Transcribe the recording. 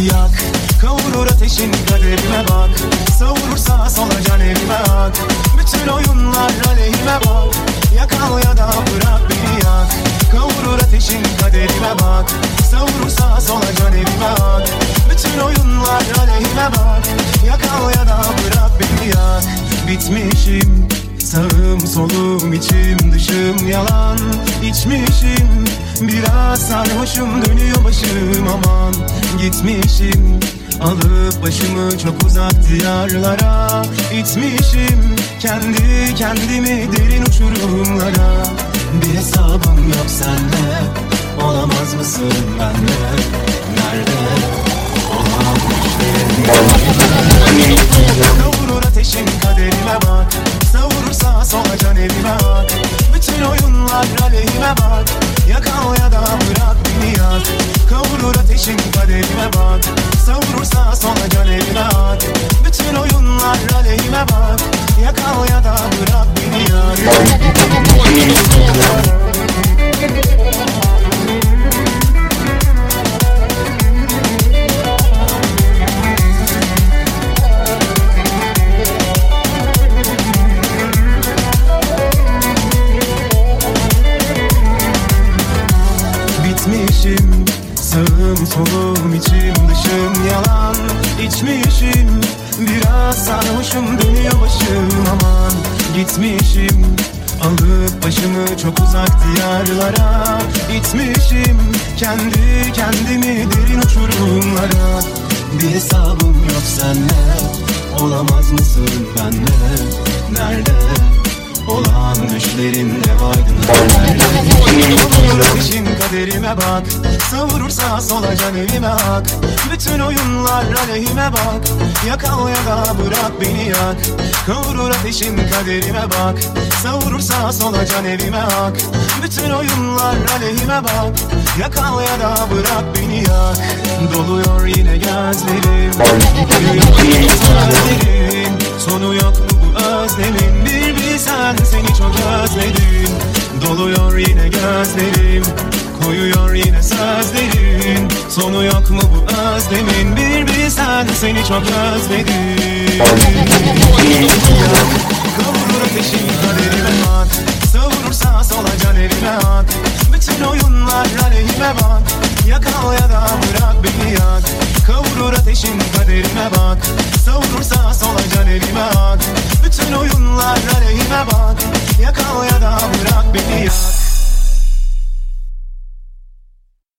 yak. Kavurur ateşin kaderime bak. Savurur sağa sola can evime ak. Bütün oyunlar aleyhime bak. Yak al ya da bırak beni yak. Kavurur ateşin kaderime bak. Savurur sağa sola can evime ak. Bütün oyunlar aleyhime bak. Yak al ya da bırak beni yak. Bitmişim, sağım solum içim dışım yalan. İçmişim, biraz sarhoşum dönüyor başım aman. Gitmişim, alıp başımı çok uzak diyarlara. İtmişim, kendi kendimi derin uçurumlara. Bir hesabım yok senle, olamaz mısın benle? Nerede olan düşlerim? Kavurur ateşin kaderime bak. Savurur sağa sola can evime ak. Bütün oyunlar aleyhime bak. Yak al ya da bırak beni yak. Kavurur ateşin kaderime bak. Savurur sağa sola can evime ak. Bütün oyunlar aleyhime bak. Yak al ya da bırak beni yak. Bitmişim, sağım solum içim dışım yalan. İçmişim, biraz sarhoşum dönüyor başım aman. Gitmişim, alıp başımı çok uzak diyarlara. İtmişim, kendi kendimi derin uçurumlara. Bir hesabım yok senle, olamaz mısın benle? Nerede olan düşlerin dev aydınlar? Ateşin kaderime bak. Savurur sağa sola can evime ak. Bütün oyunlar aleyhime bak. Yak al ya da bırak beni yak. Kavurur ateşin kaderime bak. Savurur sağa sola can evime ak. Bütün oyunlar aleyhime bak. Yak al ya da bırak beni yak. Doluyor yine gözlerim. Duyuyor sözlerin. Sonu yok mu bu özlemin? Bir bilsen seni çok özledim. Doluyor yine gözlerim, koyuyor yine sözlerin. Sonu yok mu bu özlemin? Bir bilsen seni çok özledim. Kavurur ateşin kaderime bak. Savurur sağa sola can evime ak. Bütün oyunlar aleyhime bak. Yak al ya da bırak beni yak. Kavurur ateşin kaderime bak. Savurur sağa sola can evime ak. Bütün oyunlar aleyhime bak. Yak al ya da bırak beni yak.